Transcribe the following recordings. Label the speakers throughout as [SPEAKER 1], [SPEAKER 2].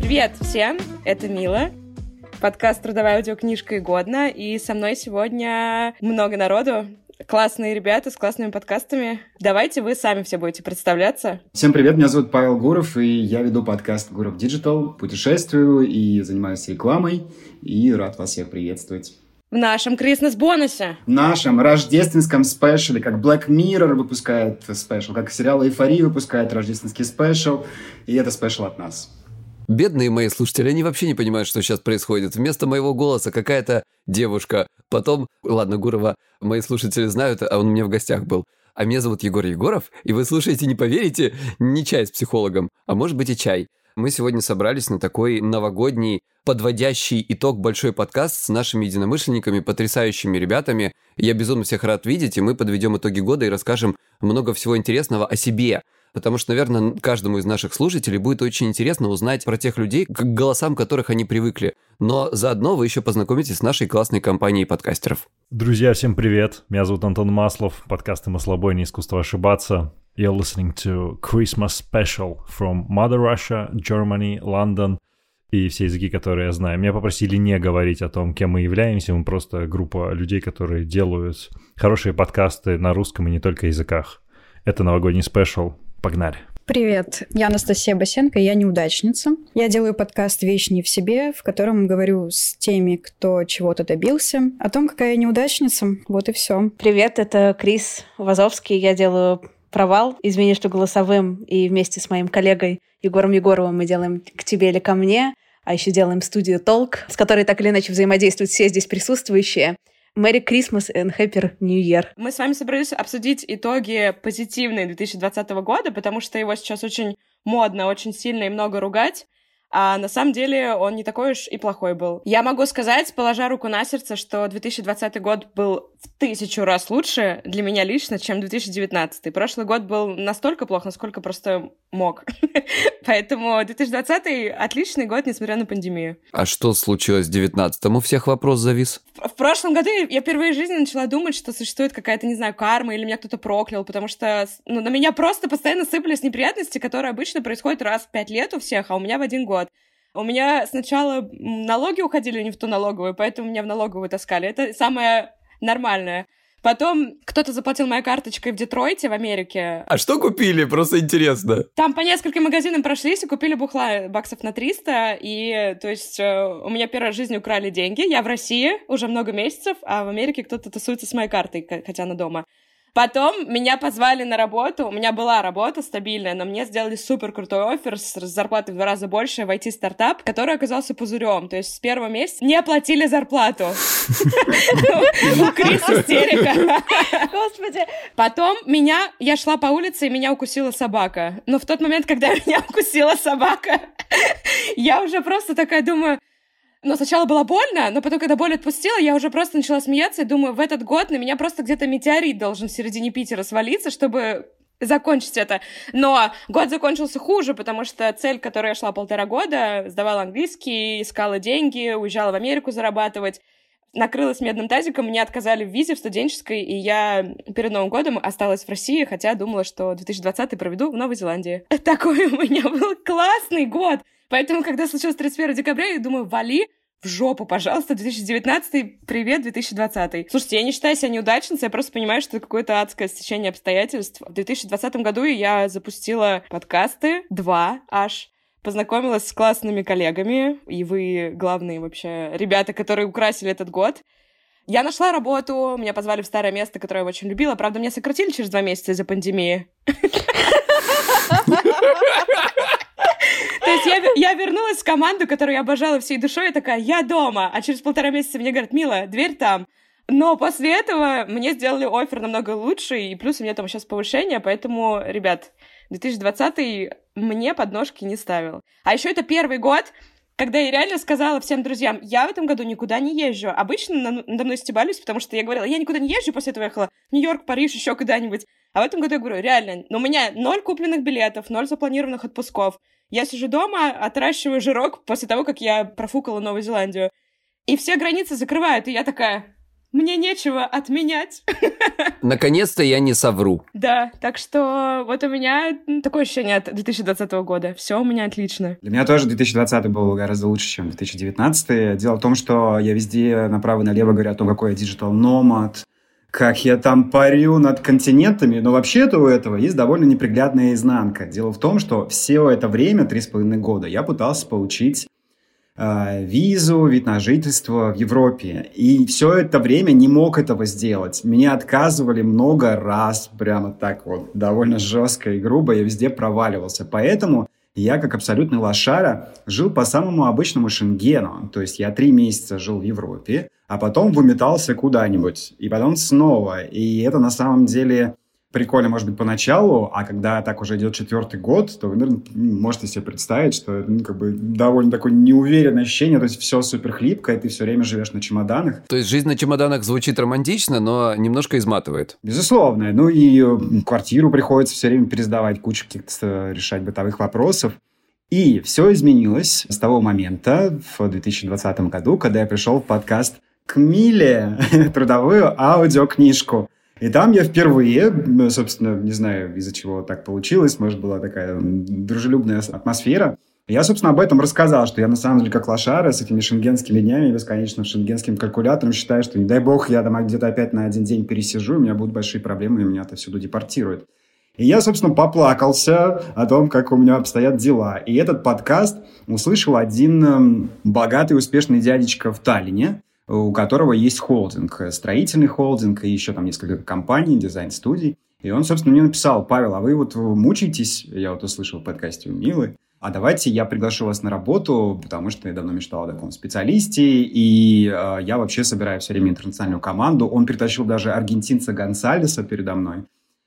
[SPEAKER 1] Привет всем, это Мила, подкаст «Трудовая аудиокнижка и годно», и со мной сегодня много народу, классные ребята с классными подкастами. Давайте вы сами все будете представляться.
[SPEAKER 2] Всем привет, меня зовут Павел Гуров, и я веду подкаст «Гуров Digital», путешествую и занимаюсь рекламой, и рад вас всех приветствовать.
[SPEAKER 1] В нашем Крисмас-бонусе.
[SPEAKER 2] В нашем рождественском спешле, как Black Mirror выпускает спешл, как сериал «Эйфория» выпускает рождественский спешл, и это спешл от нас.
[SPEAKER 3] Бедные мои слушатели, они вообще не понимают, что сейчас происходит. Вместо моего голоса какая-то девушка. Потом, ладно, Гурова мои слушатели знают, а он у меня в гостях был. А меня зовут Егор Егоров, и вы слушаете, не поверите, не чай с психологом, а может быть и чай. Мы сегодня собрались на такой новогодний, подводящий итог большой подкаст с нашими единомышленниками, потрясающими ребятами. Я безумно всех рад видеть, и мы подведем итоги года и расскажем много всего интересного о себе. Потому что, наверное, каждому из наших слушателей будет очень интересно узнать про тех людей, к голосам которых они привыкли. Но заодно вы еще познакомитесь с нашей классной компанией подкастеров.
[SPEAKER 4] Друзья, всем привет. Меня зовут Антон Маслов. Подкасты «Маслобой. Не искусство ошибаться». You're listening to Christmas Special from Mother Russia, Germany, London и все языки, которые я знаю. Меня попросили не говорить о том, кем мы являемся. Мы просто группа людей, которые делают хорошие подкасты на русском и не только языках. Это новогодний спешл. Погнали.
[SPEAKER 5] Привет, я Анастасия Басенко, я неудачница. Я делаю подкаст «Вещь не в себе», в котором говорю с теми, кто чего-то добился, о том, какая я неудачница. Вот и все.
[SPEAKER 6] Привет, это Крис Вазовский. Я делаю «Провал», «Измени, что голосовым», и вместе с моим коллегой Егором Егоровым мы делаем «К тебе или ко мне», а еще делаем студию «Толк», с которой так или иначе взаимодействуют все здесь присутствующие. Merry Christmas and Happy New Year.
[SPEAKER 1] Мы с вами собрались обсудить итоги позитивные 2020 года, потому что его сейчас очень модно, очень сильно и много ругать, а на самом деле он не такой уж и плохой был. Я могу сказать, положа руку на сердце, что 2020 год был в 1000 раз лучше для меня лично, чем 2019. Прошлый год был настолько плох, насколько просто мог. Поэтому 2020 отличный год, несмотря на пандемию.
[SPEAKER 3] А что случилось в 19-м? У всех вопрос завис.
[SPEAKER 1] В прошлом году я впервые в жизни начала думать, что существует какая-то, не знаю, карма, или меня кто-то проклял, потому что на меня просто постоянно сыпались неприятности, которые обычно происходят раз в 5 лет у всех, а у меня в 1 год. У меня сначала налоги уходили не в ту налоговую, поэтому меня в налоговую таскали. Это самое нормальное. Потом кто-то заплатил моей карточкой в Детройте, в Америке.
[SPEAKER 3] А что купили? Просто интересно.
[SPEAKER 1] Там по нескольким магазинам прошлись и купили бухла баксов на 300. И, то есть, у меня первый раз в жизни украли деньги. Я в России уже много месяцев, а в Америке кто-то тусуется с моей картой, хотя она дома. Потом меня позвали на работу. У меня была работа стабильная, но мне сделали супер крутой оффер с зарплатой в 2 раза больше в IT-стартап, который оказался пузырем. То есть с первого месяца не оплатили зарплату. Крис истерика. Господи. Потом я шла по улице, и меня укусила собака. Но в тот момент, когда меня укусила собака, я уже просто такая думаю... Но сначала было больно, но потом, когда боль отпустила, я уже просто начала смеяться и думаю, в этот год на меня просто где-то метеорит должен в середине Питера свалиться, чтобы закончить это. Но год закончился хуже, потому что цель, к которой я шла 1,5 года, сдавала английский, искала деньги, уезжала в Америку зарабатывать, накрылась медным тазиком, мне отказали в визе в студенческой, и я перед Новым годом осталась в России, хотя думала, что 2020 проведу в Новой Зеландии. Такой у меня был классный год! Поэтому, когда случилось 31 декабря, я думаю, вали в жопу, пожалуйста, 2019, привет, 2020. Слушайте, я не считаю себя неудачницей, я просто понимаю, что это какое-то адское стечение обстоятельств. В 2020 году я запустила подкасты, 2 аж, познакомилась с классными коллегами, и вы главные вообще ребята, которые украсили этот год. Я нашла работу, меня позвали в старое место, которое я очень любила. Правда, меня сократили через 2 месяца из-за пандемии. То есть я вернулась в команду, которую я обожала всей душой, я такая, я дома. А через 1,5 месяца мне говорят, Мила, дверь там. Но после этого мне сделали оффер намного лучше, и плюс у меня там сейчас повышение, поэтому, ребят, 2020 мне подножки не ставил. А еще это первый год, когда я реально сказала всем друзьям, я в этом году никуда не езжу. Обычно надо мной стебались, потому что я говорила, я никуда не езжу, после этого ехала в Нью-Йорк, Париж, еще куда-нибудь. А в этом году я говорю, реально, но у меня 0 купленных билетов, 0 запланированных отпусков. Я сижу дома, отращиваю жирок после того, как я профукала Новую Зеландию. И все границы закрывают, и я такая, мне нечего отменять.
[SPEAKER 3] Наконец-то я не совру.
[SPEAKER 1] Да, так что вот у меня такое ощущение от 2020 года. Все у меня отлично.
[SPEAKER 2] Для меня тоже 2020 был гораздо лучше, чем 2019. Дело в том, что я везде направо и налево говорю о том, какой я диджитал-номад, как я там парю над континентами, но вообще-то у этого есть довольно неприглядная изнанка. Дело в том, что все это время, 3,5 года, я пытался получить визу, вид на жительство в Европе. И все это время не мог этого сделать. Меня отказывали много раз, прямо так вот, довольно жестко и грубо, я везде проваливался. Поэтому я, как абсолютный лошара, жил по самому обычному Шенгену. То есть я 3 месяца жил в Европе, а потом выметался куда-нибудь. И потом снова. И это на самом деле прикольно, может быть, поначалу, а когда так уже идет 4-й год, то вы, наверное, можете себе представить, что как бы довольно такое неуверенное ощущение, то есть все супер хлипко, и ты все время живешь на чемоданах.
[SPEAKER 3] То есть жизнь на чемоданах звучит романтично, но немножко изматывает.
[SPEAKER 2] Безусловно. Ну и квартиру приходится все время пересдавать, кучу каких-то решать бытовых вопросов. И все изменилось с того момента, в 2020 году, когда я пришел в подкаст «К Миле», трудовую аудиокнижку. И там я впервые, собственно, не знаю, из-за чего так получилось, может, была такая дружелюбная атмосфера. Я, собственно, об этом рассказал, что я, на самом деле, как лошара с этими шенгенскими днями, бесконечным шенгенским калькулятором, считаю, что, не дай бог, я там где-то опять на 1 день пересижу, у меня будут большие проблемы, и меня отовсюду депортируют. И я, собственно, поплакался о том, как у меня обстоят дела. И этот подкаст услышал один богатый, успешный дядечка в Таллине, у которого есть холдинг, строительный холдинг и еще там несколько компаний, дизайн-студий. И он, собственно, мне написал: Павел, а вы вот мучаетесь, я вот услышал в подкасте у Милы, а давайте я приглашу вас на работу, потому что я давно мечтал о таком специалисте, и я вообще собираю все время интернациональную команду. Он притащил даже аргентинца Гонсалеса передо мной.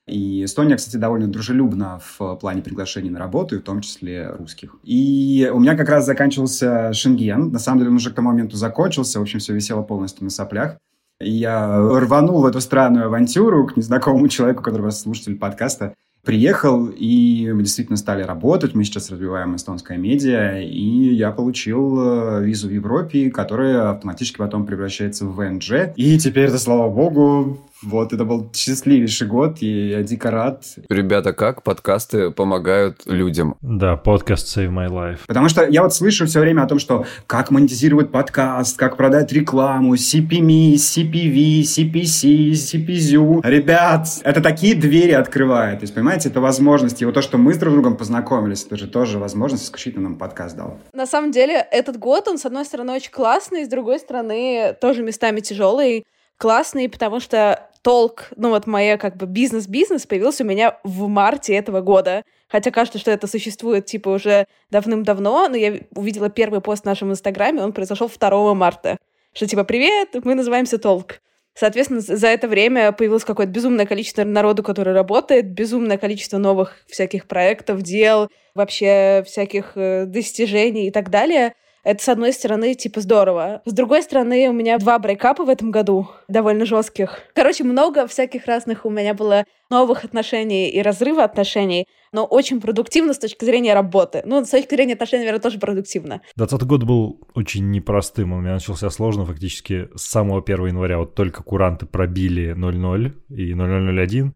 [SPEAKER 2] И Эстония, кстати, довольно дружелюбна в плане приглашений на работу, и в том числе русских. И у меня как раз заканчивался Шенген. На самом деле он уже к тому моменту закончился. В общем, все висело полностью на соплях. И я рванул в эту странную авантюру к незнакомому человеку, который вас слушатель подкаста. Приехал, и мы действительно стали работать. Мы сейчас развиваем эстонское медиа, и я получил визу в Европе, которая автоматически потом превращается в ВНЖ. И теперь, это, слава богу, вот это был счастливейший год, и я дико рад.
[SPEAKER 3] Ребята, как подкасты помогают людям?
[SPEAKER 4] Да, подкаст Save My Life.
[SPEAKER 2] Потому что я вот слышу все время о том, что как монетизировать подкаст, как продать рекламу, CPM, CPV, CPC, CPZU. Ребят, это такие двери открывает. То есть, понимаете, это возможности. И вот то, что мы с друг другом познакомились, это же тоже возможность, исключительно нам подкаст дал.
[SPEAKER 6] На самом деле, этот год, он, с одной стороны, очень классный, с другой стороны, тоже местами тяжелый. Классный, потому что толк, ну вот моя как бы бизнес появился у меня в марте этого года. Хотя кажется, что это существует типа уже давным-давно, но я увидела первый пост в нашем инстаграме, он произошел 2 марта. Что типа «Привет, мы называемся Толк». Соответственно, за это время появилось какое-то безумное количество народу, который работает, безумное количество новых всяких проектов, дел, вообще всяких достижений и так далее. Это, с одной стороны, типа, здорово. С другой стороны, у меня 2 брейкапа в этом году, довольно жестких. Короче, много всяких разных у меня было новых отношений и разрыва отношений, но очень продуктивно с точки зрения работы. Ну, с точки зрения отношений, наверное, тоже продуктивно.
[SPEAKER 4] 2020 год был очень непростым. Он у меня начался сложно фактически с самого 1 января. Вот только куранты пробили 00 и 0001.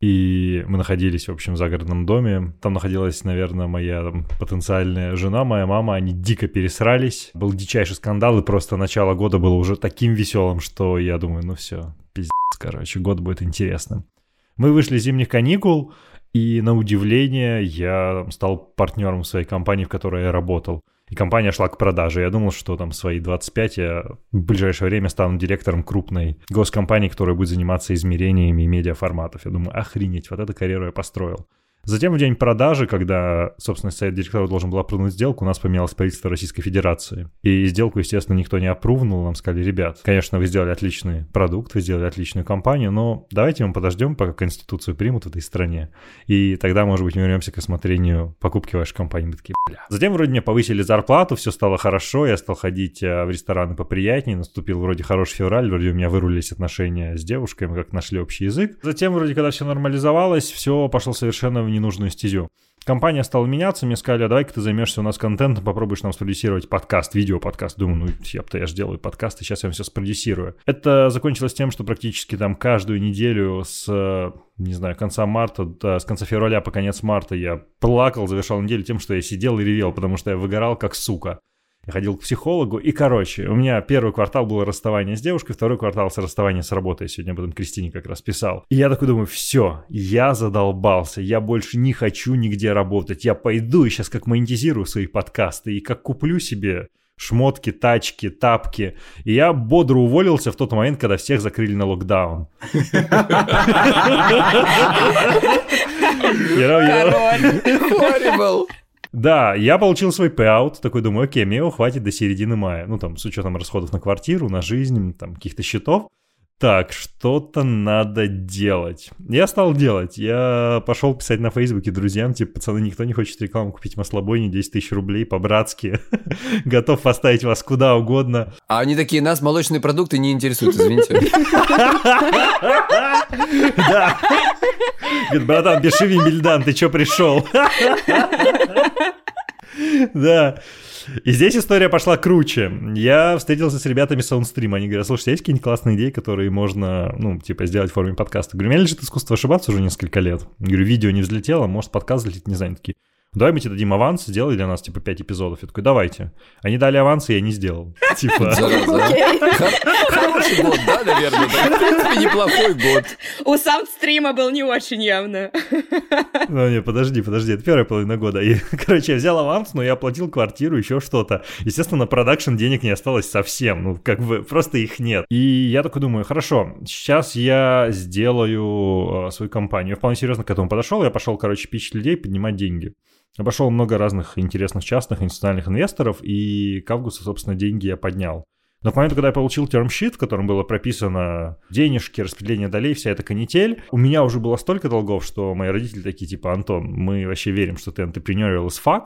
[SPEAKER 4] И мы находились, в общем, в загородном доме. Там находилась, наверное, моя потенциальная жена, моя мама. Они дико пересрались. Был дичайший скандал, и просто начало года было уже таким веселым, что я думаю, ну все, пиздец, короче, год будет интересным. Мы вышли из зимних каникул, и, на удивление, я стал партнером в своей компании, в которой я работал. И компания шла к продаже. Я думал, что там свои 25 я в ближайшее время стану директором крупной госкомпании, которая будет заниматься измерениями медиаформатов. Я думаю, охренеть, вот эту карьеру я построил. Затем в день продажи, когда, собственно, совет директоров должен был апрувнуть сделку, у нас поменялось правительство Российской Федерации. И сделку, естественно, никто не апрувнул. Нам сказали: ребят, конечно, вы сделали отличный продукт, вы сделали отличную компанию, но давайте мы подождем, пока Конституцию примут в этой стране. И тогда, может быть, мы вернемся к рассмотрению покупки вашей компании. Мы такие, бля. Затем вроде мне повысили зарплату, все стало хорошо, я стал ходить в рестораны поприятнее, наступил вроде хороший февраль, вроде у меня вырулились отношения с девушкой, мы как нашли общий язык. Затем вроде, когда все нормализовалось, все пошло совершенно в ненужную стезю. Компания стала меняться, мне сказали, а давай-ка ты займешься у нас контентом, попробуешь нам спродюсировать подкаст, видеоподкаст. Думаю, я же делаю подкасты, сейчас я вам все спродюсирую. Это закончилось тем, что практически там каждую неделю с, не знаю, конца марта, с конца февраля по конец марта я плакал, завершал неделю тем, что я сидел и ревел, потому что я выгорал как сука. Я ходил к психологу, и, короче, у меня первый квартал было расставание с девушкой, второй квартал с расставание с работой. Я сегодня об этом Кристине как раз писал. И я такой думаю, все, я задолбался, я больше не хочу нигде работать. Я пойду и сейчас как монетизирую свои подкасты, и как куплю себе шмотки, тачки, тапки. И я бодро уволился в тот момент, когда всех закрыли на локдаун.
[SPEAKER 3] Horrible.
[SPEAKER 4] Да, я получил свой payout, такой думаю, окей, мне его хватит до середины мая. Ну, там, с учетом расходов на квартиру, на жизнь, там, каких-то счетов. Так, что-то надо делать. Я стал делать. Я пошел писать на Фейсбуке друзьям, типа, пацаны, никто не хочет рекламу купить в маслобойне, 10 тысяч рублей по-братски. Готов поставить вас куда угодно.
[SPEAKER 3] А они такие, нас молочные продукты не интересуют, извините.
[SPEAKER 4] Да. Говорит, братан, пиши Вимбельдан, ты чё пришел? Да. И здесь история пошла круче. Я встретился с ребятами Soundstream. Они говорят, слушай, есть какие-нибудь классные идеи, которые можно, ну, типа, сделать в форме подкаста? Говорю, у меня лежит искусство ошибаться уже несколько лет. Говорю, видео не взлетело, может, подкаст взлетит, не знаю. Они такие, давай мы тебе дадим аванс, сделай для нас, типа, 5 эпизодов. Я такой, давайте. Они дали аванс, и я не сделал. Типа...
[SPEAKER 3] Хороший год, да, наверное? В принципе, неплохой год.
[SPEAKER 1] У Soundstream был не очень явно.
[SPEAKER 4] Ну, не, подожди, это первая половина года. И, короче, я взял аванс, но я оплатил квартиру, еще что-то. Естественно, на продакшн денег не осталось совсем. Ну, как бы, просто их нет. И я такой думаю, хорошо, сейчас я сделаю свою компанию. Я вполне серьезно к этому подошел. Я пошел, короче, пичить людей, поднимать деньги. Обошел много разных интересных частных институциональных инвесторов, и к августу, собственно, деньги я поднял. Но к моменту, когда я получил термшит, в котором было прописано денежки, распределение долей, вся эта канитель, у меня уже было столько долгов, что мои родители такие, типа, Антон, мы вообще верим, что ты entrepreneurial as fuck,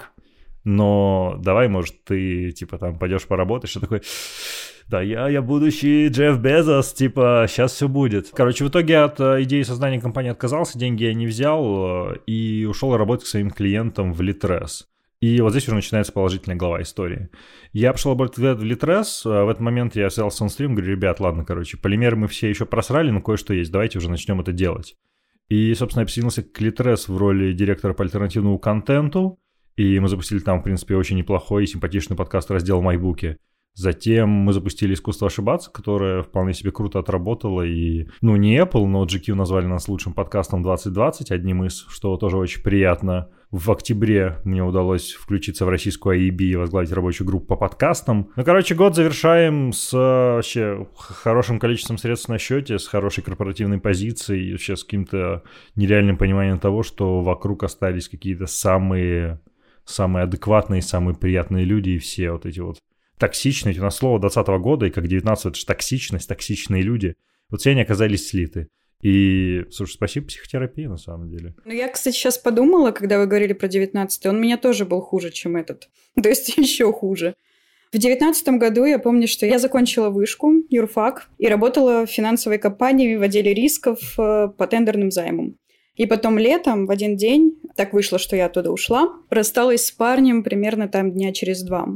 [SPEAKER 4] но давай, может, ты, типа, там, пойдешь поработаешь, я такой... Да, я будущий Джефф Безос, типа, сейчас все будет. Короче, в итоге от идеи создания компании отказался, деньги я не взял и ушел работать к своим клиентам в Litres. И вот здесь уже начинается положительная глава истории. Я пошел работать в Litres, в этот момент я связался с Soundstream, говорю, ребят, ладно, короче, полимеры мы все еще просрали, но кое-что есть, давайте уже начнем это делать. И, собственно, я присоединился к Litres в роли директора по альтернативному контенту, и мы запустили там, в принципе, очень неплохой и симпатичный подкаст раздел «Майбуки». Затем мы запустили «Искусство ошибаться», которое вполне себе круто отработало. И, ну, не Apple, но GQ назвали нас лучшим подкастом 2020, одним из, что тоже очень приятно. В октябре мне удалось включиться в российскую AEB и возглавить рабочую группу по подкастам. Ну, короче, год завершаем с вообще хорошим количеством средств на счете, с хорошей корпоративной позицией, вообще с каким-то нереальным пониманием того, что вокруг остались какие-то самые адекватные, самые приятные люди и все вот эти вот токсичность, у нас слово 2020 года, и как 19 это же токсичность, токсичные люди. Вот все они оказались слиты. И, слушай, спасибо психотерапии, на самом деле.
[SPEAKER 5] Ну, я, кстати, сейчас подумала, когда вы говорили про 19-й, он у меня тоже был хуже, чем этот. То есть еще хуже. В 19-м году я помню, что я закончила вышку, юрфак, и работала в финансовой компании в отделе рисков по тендерным займам. И потом летом, в один день, так вышло, что я оттуда ушла, рассталась с парнем примерно там дня через 2.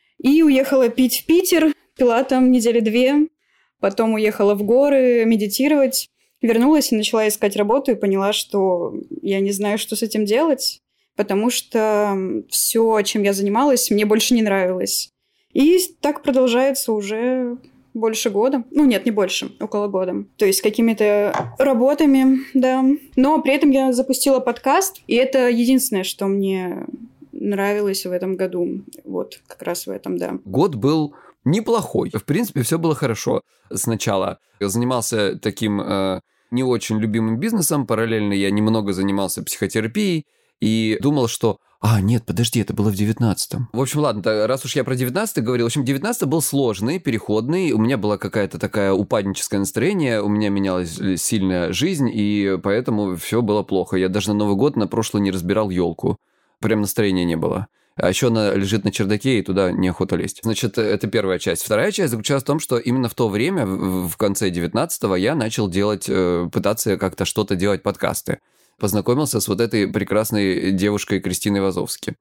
[SPEAKER 5] И уехала пить в Питер, пила там недели 2, потом уехала в горы медитировать, вернулась и начала искать работу и поняла, что я не знаю, что с этим делать, потому что все, чем я занималась, мне больше не нравилось. И так продолжается уже больше года. Ну, нет, не больше, около года. То есть какими-то работами, да. Но при этом я запустила подкаст, и это единственное, что мне нравилось в этом году. Вот, как раз в этом, да.
[SPEAKER 3] Год был неплохой. В принципе, все было хорошо сначала. Я занимался таким не очень любимым бизнесом. Параллельно я немного занимался психотерапией и думал, что... нет, подожди, это было в 19-м. В общем, ладно, раз уж я про 19-й говорил. В общем, 19-й был сложный, переходный. У меня была какая-то такая упадническое настроение. У меня менялась сильная жизнь, и поэтому все было плохо. Я даже на Новый год на прошлый не разбирал елку. Прям настроения не было. А еще она лежит на чердаке, и туда неохота лезть. Значит, это первая часть. Вторая часть заключалась в том, что именно в то время, в конце 19-го, я начал пытаться как-то что-то делать подкасты. познакомился с вот этой прекрасной девушкой Кристиной Вазовски.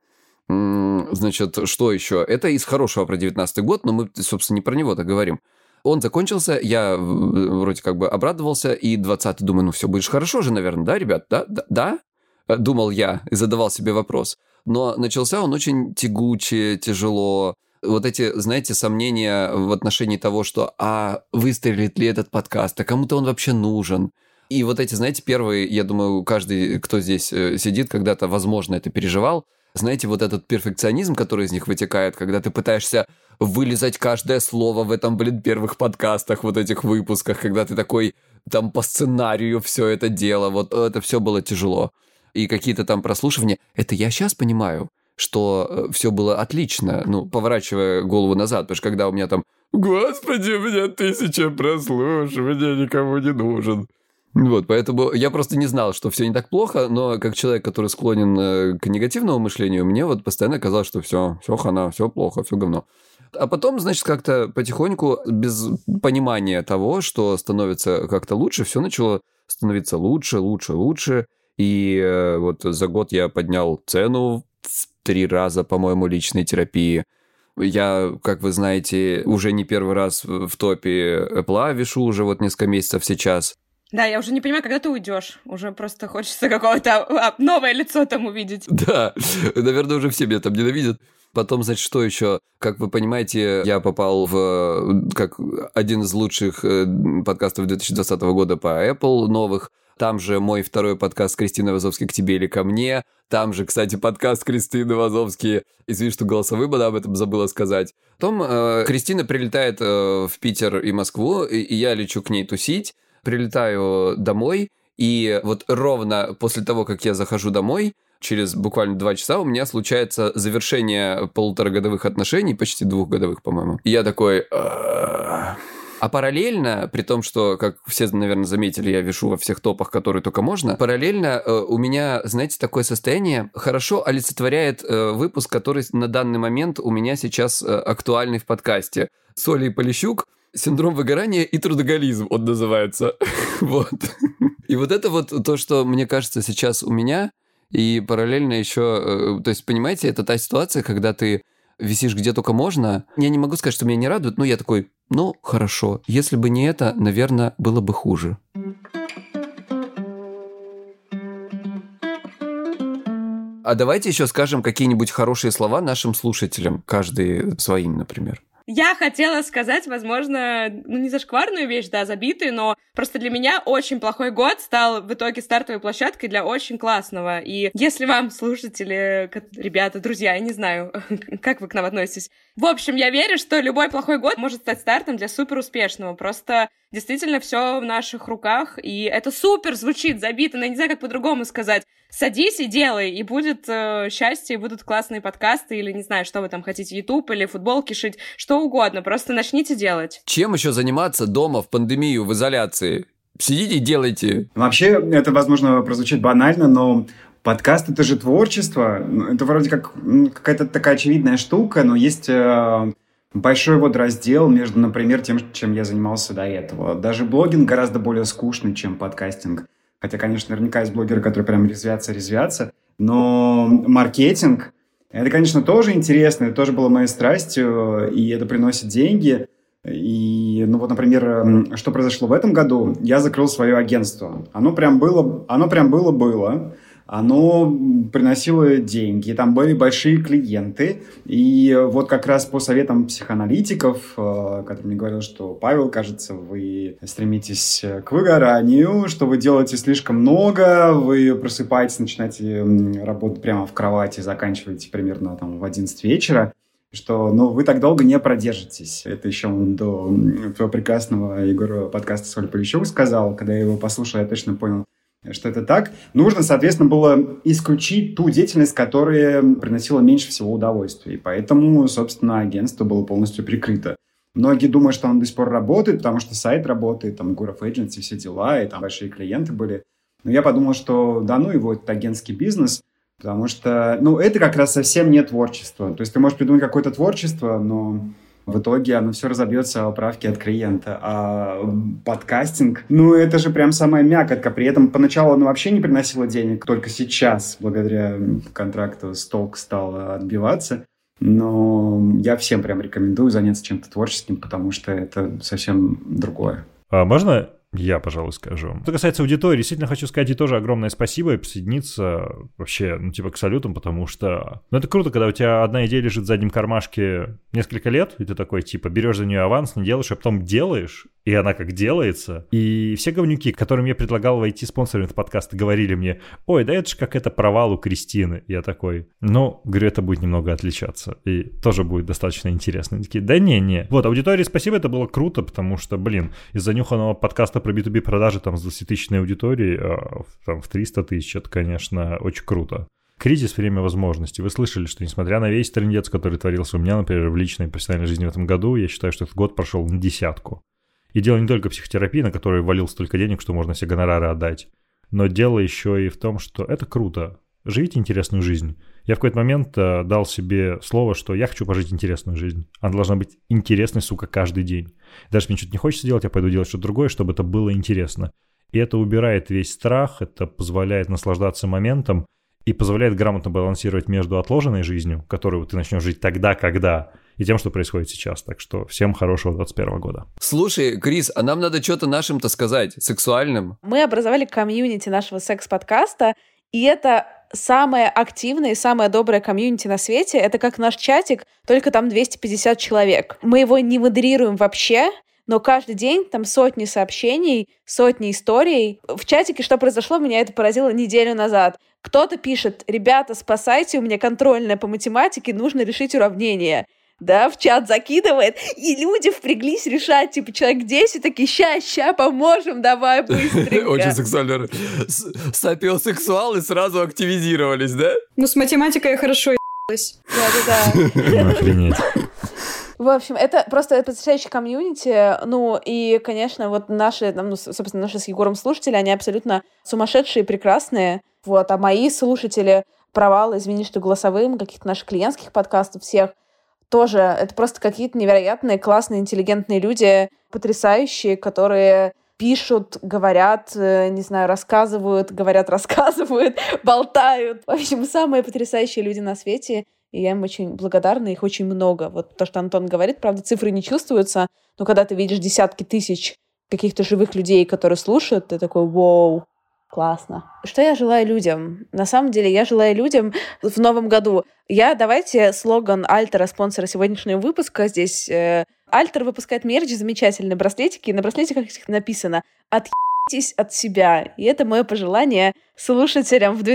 [SPEAKER 3] Значит, что еще? Это из хорошего про 19-й год, но мы, собственно, не про него-то говорим. Он закончился, я вроде как бы обрадовался, и 20-й думаю, ну все, будешь хорошо же, наверное, да, ребят? Да? Думал я и задавал себе вопрос. Но начался он очень тягуче, тяжело. Вот эти, знаете, сомнения в отношении того, что выстрелит ли этот подкаст, а кому-то он вообще нужен. И вот эти, знаете, первые, я думаю, каждый, кто здесь сидит, когда-то, возможно, это переживал. Знаете, вот этот перфекционизм, который из них вытекает, когда ты пытаешься вылезать каждое слово в этом, первых подкастах, вот этих выпусках, когда ты такой, там, по сценарию все это дело, вот это все было тяжело. И какие-то там прослушивания. Это я сейчас понимаю, что все было отлично, поворачивая голову назад, потому что когда у меня там, господи, у меня 1000 прослушиваний, никому не нужен. Вот, поэтому я просто не знал, что все не так плохо, но как человек, который склонен к негативному мышлению, мне вот постоянно казалось, что все хана, все плохо, все говно. А потом, значит, как-то потихоньку, без понимания того, что становится как-то лучше, все начало становиться лучше. И вот за год я поднял цену в 3 раза, по-моему, личной терапии. Я, как вы знаете, уже не первый раз в топе Apple вешу, уже вот несколько месяцев сейчас.
[SPEAKER 1] Да, я уже не понимаю, когда ты уйдешь. Уже просто хочется какого-то новое лицо там увидеть.
[SPEAKER 3] Да, наверное, уже все меня там ненавидят. Потом, значит, что еще? Как вы понимаете, я попал в как один из лучших подкастов 2020 года по Apple новых. Там же мой второй подкаст Кристины Вазовски «К тебе или ко мне». Там же, кстати, подкаст Кристины Вазовски. Извини, что голосовым об этом забыла сказать. Потом Кристина прилетает в Питер и Москву, и я лечу к ней тусить. Прилетаю домой, и вот ровно после того, как я захожу домой, через буквально 2 часа у меня случается завершение 1,5-годовых отношений, почти 2-годовых, по-моему. И я такой... А параллельно, при том, что, как все, наверное, заметили, я вешу во всех топах, которые только можно, параллельно у меня, знаете, такое состояние хорошо олицетворяет выпуск, который на данный момент у меня сейчас актуальный в подкасте. Соля и Полищук. Синдром выгорания и трудоголизм он называется. Вот. И вот это вот то, что, мне кажется, сейчас у меня, и параллельно еще... То есть, понимаете, это та ситуация, когда ты висишь где только можно. Я не могу сказать, что меня не радует, но я такой, хорошо. Если бы не это, наверное, было бы хуже. А давайте еще скажем какие-нибудь хорошие слова нашим слушателям, каждый своим, например.
[SPEAKER 1] Я хотела сказать, возможно, не зашкварную вещь, да, забитую, но просто для меня очень плохой год стал в итоге стартовой площадкой для очень классного. И если вам, слушатели, ребята, друзья, я не знаю, как вы к нам относитесь. В общем, я верю, что любой плохой год может стать стартом для суперуспешного. Просто действительно все в наших руках, и это супер звучит, забито, но я не знаю, как по-другому сказать. Садись и делай, и будет счастье, и будут классные подкасты, или не знаю, что вы там хотите, YouTube или футболки шить, что угодно, просто начните делать.
[SPEAKER 3] Чем еще заниматься дома в пандемию, в изоляции? Сидите и делайте.
[SPEAKER 2] Вообще, это, возможно, прозвучит банально, но подкаст — это же творчество. Это вроде как какая-то такая очевидная штука, но есть большой вот раздел между, например, тем, чем я занимался до этого. Даже блогинг гораздо более скучный, чем подкастинг. Хотя, конечно, наверняка есть блогеры, которые прям резвятся. Но маркетинг — это, конечно, тоже интересно. Это тоже было моей страстью, и это приносит деньги. И, например, что произошло в этом году? Я закрыл свое агентство. Оно прям было. Оно приносило деньги, там были большие клиенты. И вот как раз по советам психоаналитиков, которые мне говорили, что Павел, кажется, вы стремитесь к выгоранию, что вы делаете слишком много, вы просыпаетесь, начинаете работать прямо в кровати, заканчиваете примерно там в 11 вечера, что вы так долго не продержитесь. Это еще до твоего прекрасного Егора подкаста «Соля Полищук» сказал. Когда я его послушал, я точно понял, что это так. Нужно, соответственно, было исключить ту деятельность, которая приносила меньше всего удовольствия. И поэтому, собственно, агентство было полностью прикрыто. Многие думают, что оно до сих пор работает, потому что сайт работает, там, Gurov Agency, все дела, и там большие клиенты были. Но я подумал, что его этот агентский бизнес, потому что, это как раз совсем не творчество. То есть ты можешь придумать какое-то творчество, но В итоге оно все разобьется о правки от клиента. А подкастинг, ну, это же прям самая мякотка. При этом поначалу оно вообще не приносило денег. Только сейчас, благодаря контракту с Толк, стало отбиваться. Но я всем прям рекомендую заняться чем-то творческим, потому что это совсем другое.
[SPEAKER 4] А можно я, пожалуй, скажу? Что касается аудитории, действительно хочу сказать ей тоже огромное спасибо и присоединиться вообще, к салютам, потому что... это круто, когда у тебя одна идея лежит в заднем кармашке несколько лет, и ты такой, берешь за нее аванс, не делаешь, а потом делаешь, и она как делается. И все говнюки, которым я предлагал войти спонсором этого подкаста, говорили мне: ой, да это же как это провал у Кристины. Я такой, говорю, это будет немного отличаться, и тоже будет достаточно интересно. Они такие, да не. Вот, аудитории спасибо, это было круто, потому что, из занюханного подкаста про B2B продажи там с 20-тысячной аудиторией там в 300 тысяч, это, конечно, очень круто. Кризис – время возможностей. Вы слышали, что несмотря на весь трындец, который творился у меня, например, в личной и профессиональной жизни в этом году, я считаю, что этот год прошел на 10. И дело не только в психотерапии, на которой валил столько денег, что можно все гонорары отдать, но дело еще и в том, что это круто. Живите интересную жизнь. Я в какой-то момент дал себе слово, что я хочу пожить интересную жизнь. Она должна быть интересной, каждый день. Даже если мне что-то не хочется делать, я пойду делать что-то другое, чтобы это было интересно. И это убирает весь страх, это позволяет наслаждаться моментом и позволяет грамотно балансировать между отложенной жизнью, которую ты начнешь жить тогда, когда, и тем, что происходит сейчас. Так что всем хорошего 2021 года.
[SPEAKER 3] Слушай, Крис, а нам надо что-то нашим-то сказать, сексуальным.
[SPEAKER 6] Мы образовали комьюнити нашего секс-подкаста, и это самое активное и самое доброе комьюнити на свете. Это как наш чатик, только там 250 человек. Мы его не модерируем вообще, но каждый день там сотни сообщений, сотни историй. В чатике что произошло, меня это поразило неделю назад. Кто-то пишет: ребята, спасайте, у меня контрольная по математике, нужно решить уравнение. Да, в чат закидывает, и люди впряглись решать, человек 10 такие: ща, поможем, давай быстренько.
[SPEAKER 3] Очень сексуально. Сапиосексуал и сразу активизировались, да?
[SPEAKER 5] С математикой я хорошо ебалась.
[SPEAKER 6] Да.
[SPEAKER 4] Охренеть.
[SPEAKER 6] В общем, это просто потрясающее комьюнити. И, конечно, наши, собственно, наши с Егором слушатели, они абсолютно сумасшедшие и прекрасные. А мои слушатели, провалы, извини, что голосовым, каких-то наших клиентских подкастов всех, тоже это просто какие-то невероятные, классные, интеллигентные люди, потрясающие, которые пишут, говорят, не знаю, рассказывают, болтают. В общем, самые потрясающие люди на свете. И я им очень благодарна, их очень много. То, что Антон говорит, правда, цифры не чувствуются, но когда ты видишь десятки тысяч каких-то живых людей, которые слушают, ты такой: вау, классно. Что я желаю людям? На самом деле, я желаю людям в новом году. Давайте слоган Альтера, спонсора сегодняшнего выпуска. Здесь Альтер выпускает мерч, замечательные браслетики, и на браслетиках написано: «Отъебитесь от себя». И это мое пожелание слушателям в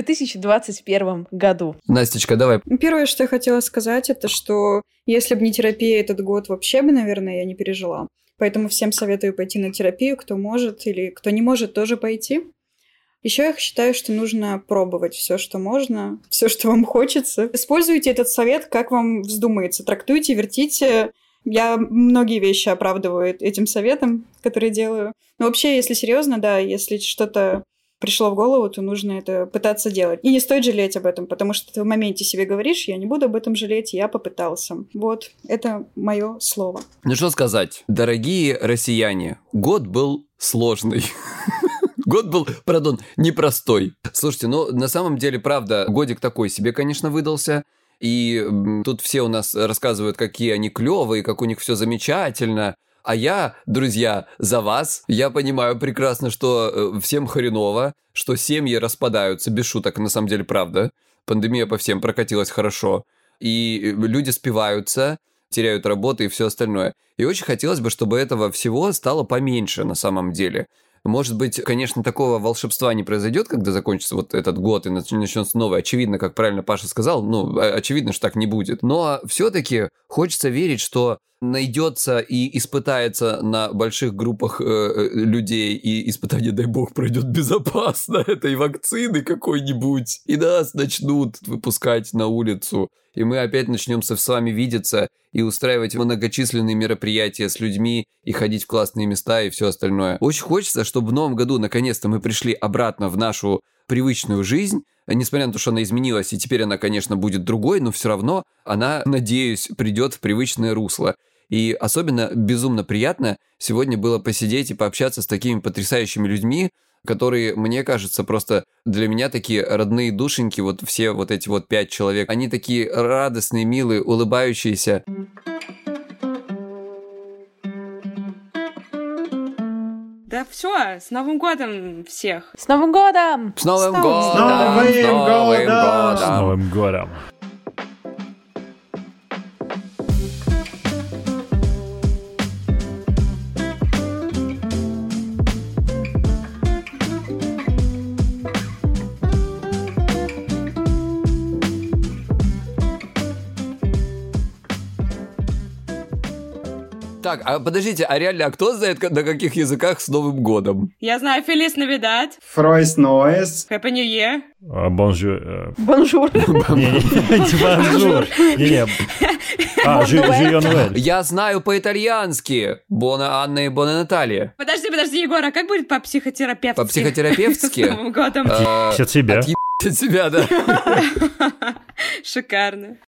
[SPEAKER 6] 2021 году.
[SPEAKER 3] Настечка, давай.
[SPEAKER 5] Первое, что я хотела сказать, это что если бы не терапия, этот год вообще бы, наверное, я не пережила. Поэтому всем советую пойти на терапию, кто может или кто не может, тоже пойти. Еще я считаю, что нужно пробовать все, что можно, все, что вам хочется. Используйте этот совет, как вам вздумается. Трактуйте, вертите. Я многие вещи оправдываю этим советом, который делаю. Но вообще, если серьезно, да, если что-то пришло в голову, то нужно это пытаться делать. И не стоит жалеть об этом, потому что ты в моменте себе говоришь: я не буду об этом жалеть, я попытался. Вот, это мое слово.
[SPEAKER 3] Что сказать? Дорогие россияне, год был сложный. Год был, непростой. Слушайте, на самом деле, правда, годик такой себе, конечно, выдался. И тут все у нас рассказывают, какие они клевые, как у них все замечательно. А я, друзья, за вас. Я понимаю прекрасно, что всем хреново, что семьи распадаются, без шуток, на самом деле, правда. Пандемия по всем прокатилась хорошо. И люди спиваются, теряют работы и все остальное. И очень хотелось бы, чтобы этого всего стало поменьше на самом деле. Может быть, конечно, такого волшебства не произойдет, когда закончится этот год и начнется новый. Очевидно, как правильно Паша сказал, очевидно, что так не будет. Но все-таки хочется верить, что найдется и испытается на больших группах людей, и испытание, дай бог, пройдет безопасно этой вакцины какой-нибудь. И нас начнут выпускать на улицу. И мы опять начнем с вами видеться и устраивать многочисленные мероприятия с людьми, и ходить в классные места и все остальное. Очень хочется, чтобы в новом году наконец-то мы пришли обратно в нашу привычную жизнь, несмотря на то, что она изменилась, и теперь она, конечно, будет другой, но все равно она, надеюсь, придет в привычное русло. И особенно безумно приятно сегодня было посидеть и пообщаться с такими потрясающими людьми, которые, мне кажется, просто для меня такие родные душеньки, вот все вот эти вот 5 человек. Они такие радостные, милые, улыбающиеся.
[SPEAKER 1] Да все, с Новым годом всех!
[SPEAKER 6] С Новым годом!
[SPEAKER 3] С Новым годом!
[SPEAKER 2] С Новым годом!
[SPEAKER 4] С Новым годом!
[SPEAKER 3] Так, а подождите, а реально, а кто знает, на каких языках с Новым годом?
[SPEAKER 1] Я знаю Фелис Навидад,
[SPEAKER 2] Фройс Нойс.
[SPEAKER 1] Happy New Year.
[SPEAKER 4] Бонжур.
[SPEAKER 6] Бонжур.
[SPEAKER 4] Не бонжур. Не. Жио Нуэль.
[SPEAKER 3] Я знаю по-итальянски. Бона Анна и Бона Наталья.
[SPEAKER 1] Подожди, Егор, а как будет по-психотерапевтски?
[SPEAKER 3] По-психотерапевтски?
[SPEAKER 1] С Новым годом.
[SPEAKER 4] От себя.
[SPEAKER 3] От тебя, да.
[SPEAKER 1] Шикарно.